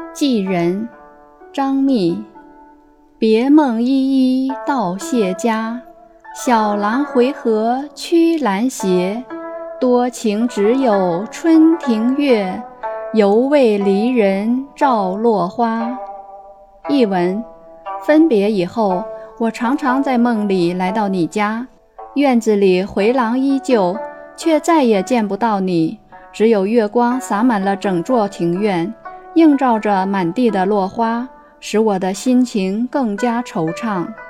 寄人，张密。别梦依依到谢家，小郎回河曲阑斜。多情只有春庭月，犹为离人照落花。译文：分别以后，我常常在梦里来到你家，院子里回廊依旧，却再也见不到你，只有月光洒满了整座庭院，映照着满地的落花，使我的心情更加惆怅。